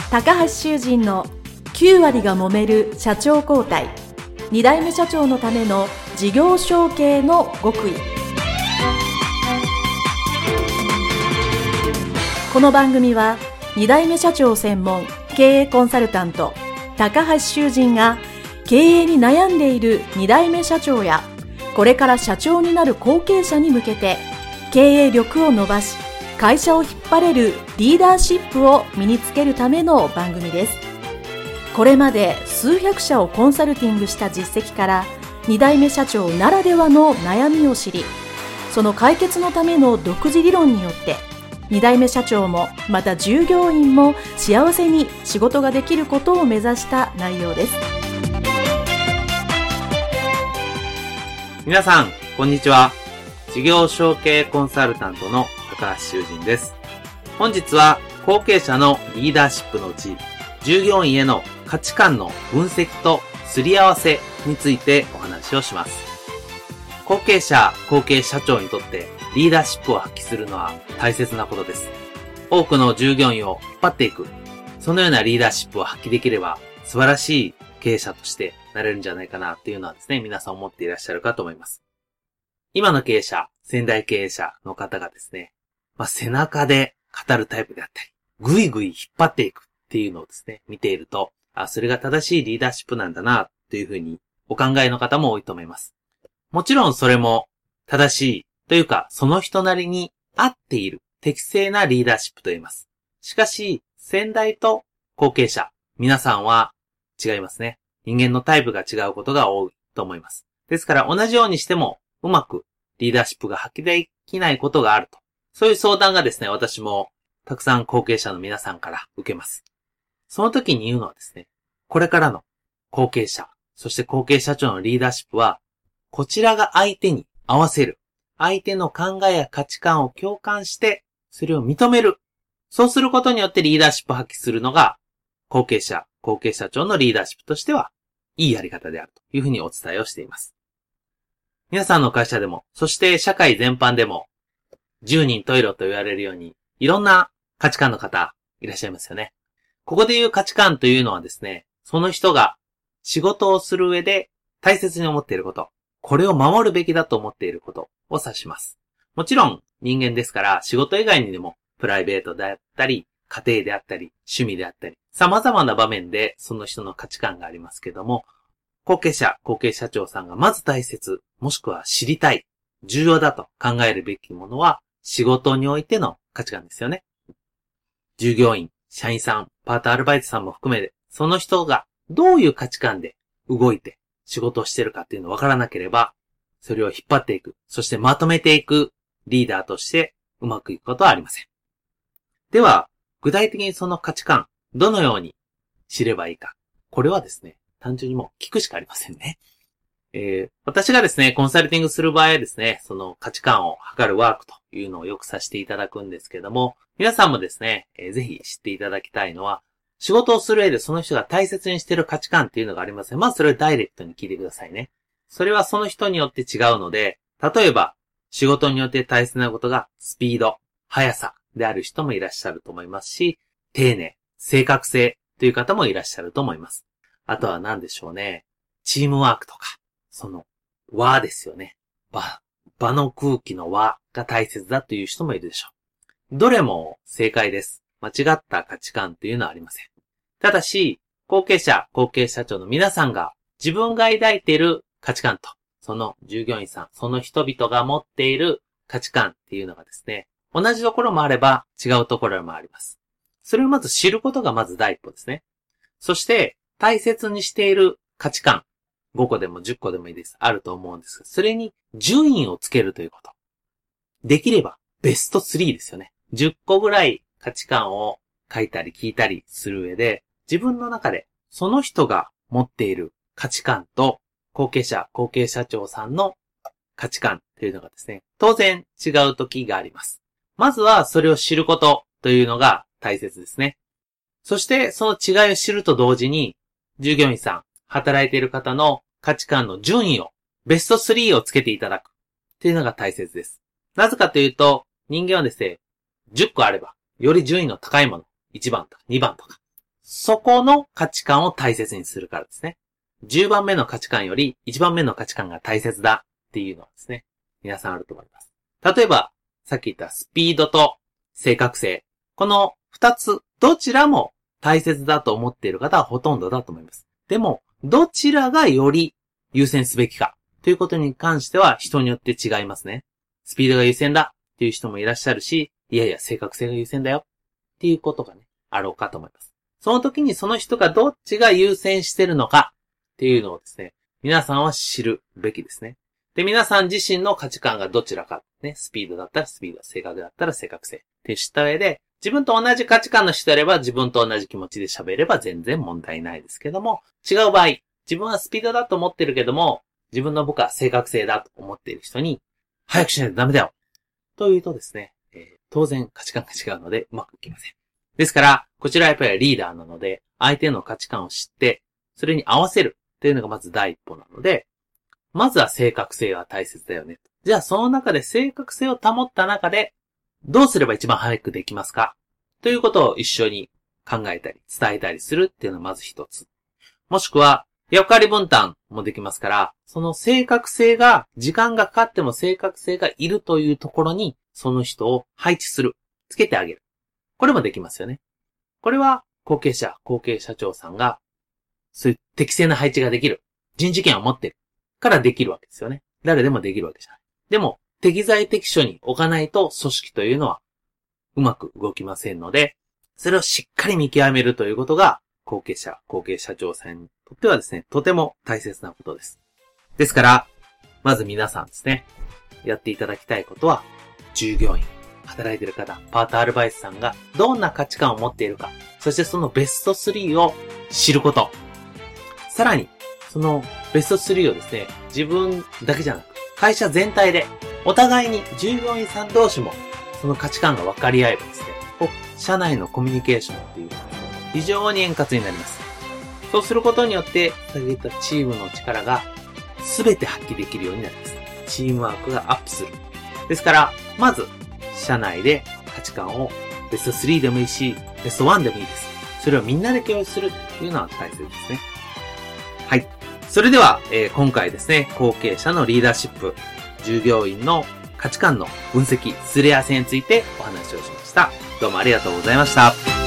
高橋修人の9割が揉める社長交代、2代目社長のための事業承継の極意。この番組は2代目社長専門経営コンサルタント高橋修人が経営に悩んでいる2代目社長やこれから社長になる後継者に向けて経営力を伸ばし会社を引っ張れるリーダーシップを身につけるための番組です。これまで数百社をコンサルティングした実績から2代目社長ならではの悩みを知り、その解決のための独自理論によって2代目社長もまた従業員も幸せに仕事ができることを目指した内容です。 皆さんこんにちは。事業承継コンサルタントの高橋修人です。本日は後継者のリーダーシップのうち、従業員への価値観の分析とすり合わせについてお話をします。後継者、後継社長にとってリーダーシップを発揮するのは大切なことです。多くの従業員を引っ張っていく、そのようなリーダーシップを発揮できれば素晴らしい経営者としてなれるんじゃないかなっていうのはですね、皆さん思っていらっしゃるかと思います。今の経営者、先代経営者の方がですね、背中で語るタイプであったり、ぐいぐい引っ張っていくっていうのをですね、見ていると、それが正しいリーダーシップなんだな、というふうにお考えの方も多いと思います。もちろんそれも正しいというか、その人なりに合っている適正なリーダーシップと言います。しかし、先代と後継者、皆さんは違いますね。人間のタイプが違うことが多いと思います。ですから同じようにしてもうまくリーダーシップが発揮できないことがあると。そういう相談がですね、私もたくさん後継者の皆さんから受けます。その時に言うのはですね、これからの後継者、そして後継社長のリーダーシップは、こちらが相手に合わせる。相手の考えや価値観を共感して、それを認める。そうすることによってリーダーシップを発揮するのが、後継者、後継社長のリーダーシップとしては、いいやり方であるというふうにお伝えをしています。皆さんの会社でも、そして社会全般でも、十人十色と言われるように、いろんな価値観の方いらっしゃいますよね。ここで言う価値観というのはですね、その人が仕事をする上で大切に思っていること、これを守るべきだと思っていることを指します。もちろん人間ですから仕事以外にでもプライベートであったり、家庭であったり、趣味であったり、様々な場面でその人の価値観がありますけども、後継者、後継社長さんがまず大切、もしくは知りたい、重要だと考えるべきものは仕事においての価値観ですよね。従業員、社員さん、パートアルバイトさんも含めて、その人がどういう価値観で動いて仕事をしているかっていうのを分からなければ、それを引っ張っていく、そしてまとめていくリーダーとしてうまくいくことはありません。では、具体的にその価値観、どのように知ればいいか。これはですね、単純にもう聞くしかありませんね。私がですね、コンサルティングする場合はですね、その価値観を測るワークというのをよくさせていただくんですけども、皆さんもですね、ぜひ知っていただきたいのは、仕事をする上でその人が大切にしている価値観っていうのがありますね。まずそれをダイレクトに聞いてくださいね。それはその人によって違うので、例えば、仕事によって大切なことがスピード、速さである人もいらっしゃると思いますし、丁寧、正確性という方もいらっしゃると思います。あとは何でしょうね。チームワークとか、その和ですよね。場の空気の和が大切だという人もいるでしょう。どれも正解です。間違った価値観というのはありません。ただし、後継者、後継社長の皆さんが自分が抱いている価値観と、その従業員さん、その人々が持っている価値観っていうのがですね、同じところもあれば違うところもあります。それをまず知ることがまず第一歩ですね。そして大切にしている価値観、5個でも10個でもいいです。あると思うんですが、それに順位をつけるということ。できればベスト3ですよね。10個ぐらい価値観を書いたり聞いたりする上で、自分の中でその人が持っている価値観と後継者、後継社長さんの価値観というのがですね、当然違う時があります。まずはそれを知ることというのが大切ですね。そしてその違いを知ると同時に、従業員さん、働いている方の価値観の順位を、ベスト3をつけていただくというのが大切です。なぜかというと、人間はですね、10個あれば、より順位の高いもの、1番とか2番とか、 そこの価値観を大切にするからですね。10番目の価値観より1番目の価値観が大切だっていうのはですね、皆さんあると思います。例えば、さっき言ったスピードと正確性。この2つ、どちらも大切だと思っている方はほとんどだと思います。でも、どちらがより優先すべきかということに関しては人によって違いますね。スピードが優先だっていう人もいらっしゃるし、いやいや正確性が優先だよっていうことがね、あろうかと思います。その時にその人がどっちが優先してるのかっていうのをですね、皆さんは知るべきですね。で、皆さん自身の価値観がどちらか、ね、スピードだったらスピード、正確だったら正確性って知った上で、自分と同じ価値観の人であれば自分と同じ気持ちで喋れば全然問題ないですけども、違う場合、自分はスピードだと思ってるけども、自分の僕は正確性だと思っている人に、早くしないとダメだよというとですね、当然価値観が違うのでうまくいきません。ですから、こちらはやっぱりリーダーなので、相手の価値観を知って、それに合わせるというのがまず第一歩なので、まずは正確性が大切だよね。じゃあその中で正確性を保った中で、どうすれば一番早くできますかということを一緒に考えたり伝えたりするっていうのがまず一つ。もしくは役割分担もできますから、その正確性が時間がかかっても正確性がいるというところにその人を配置する。つけてあげる。これもできますよね。これは後継者、後継社長さんがそういう適正な配置ができる。人事権を持ってるからできるわけですよね。誰でもできるわけじゃない。でも適材適所に置かないと組織というのはうまく動きませんので、それをしっかり見極めるということが、後継者、後継社長さんにとってはですね、とても大切なことです。ですから、まず皆さんですね、やっていただきたいことは、従業員、働いている方、パートアルバイトさんがどんな価値観を持っているか、そしてそのベスト3を知ること。さらに、そのベスト3をですね、自分だけじゃなく、会社全体で、お互いに従業員さん同士も、その価値観が分かり合えばですね、社内のコミュニケーションっていうのは非常に円滑になります。そうすることによって、先ほど言ったチームの力が全て発揮できるようになります。チームワークがアップする。ですから、まず、社内で価値観をベスト3でもいいし、ベスト1でもいいです。それをみんなで共有するというのは大切ですね。はい。それでは、今回ですね、後継者のリーダーシップ、従業員の価値観の分析、すり合わせについてお話をしました。どうもありがとうございました。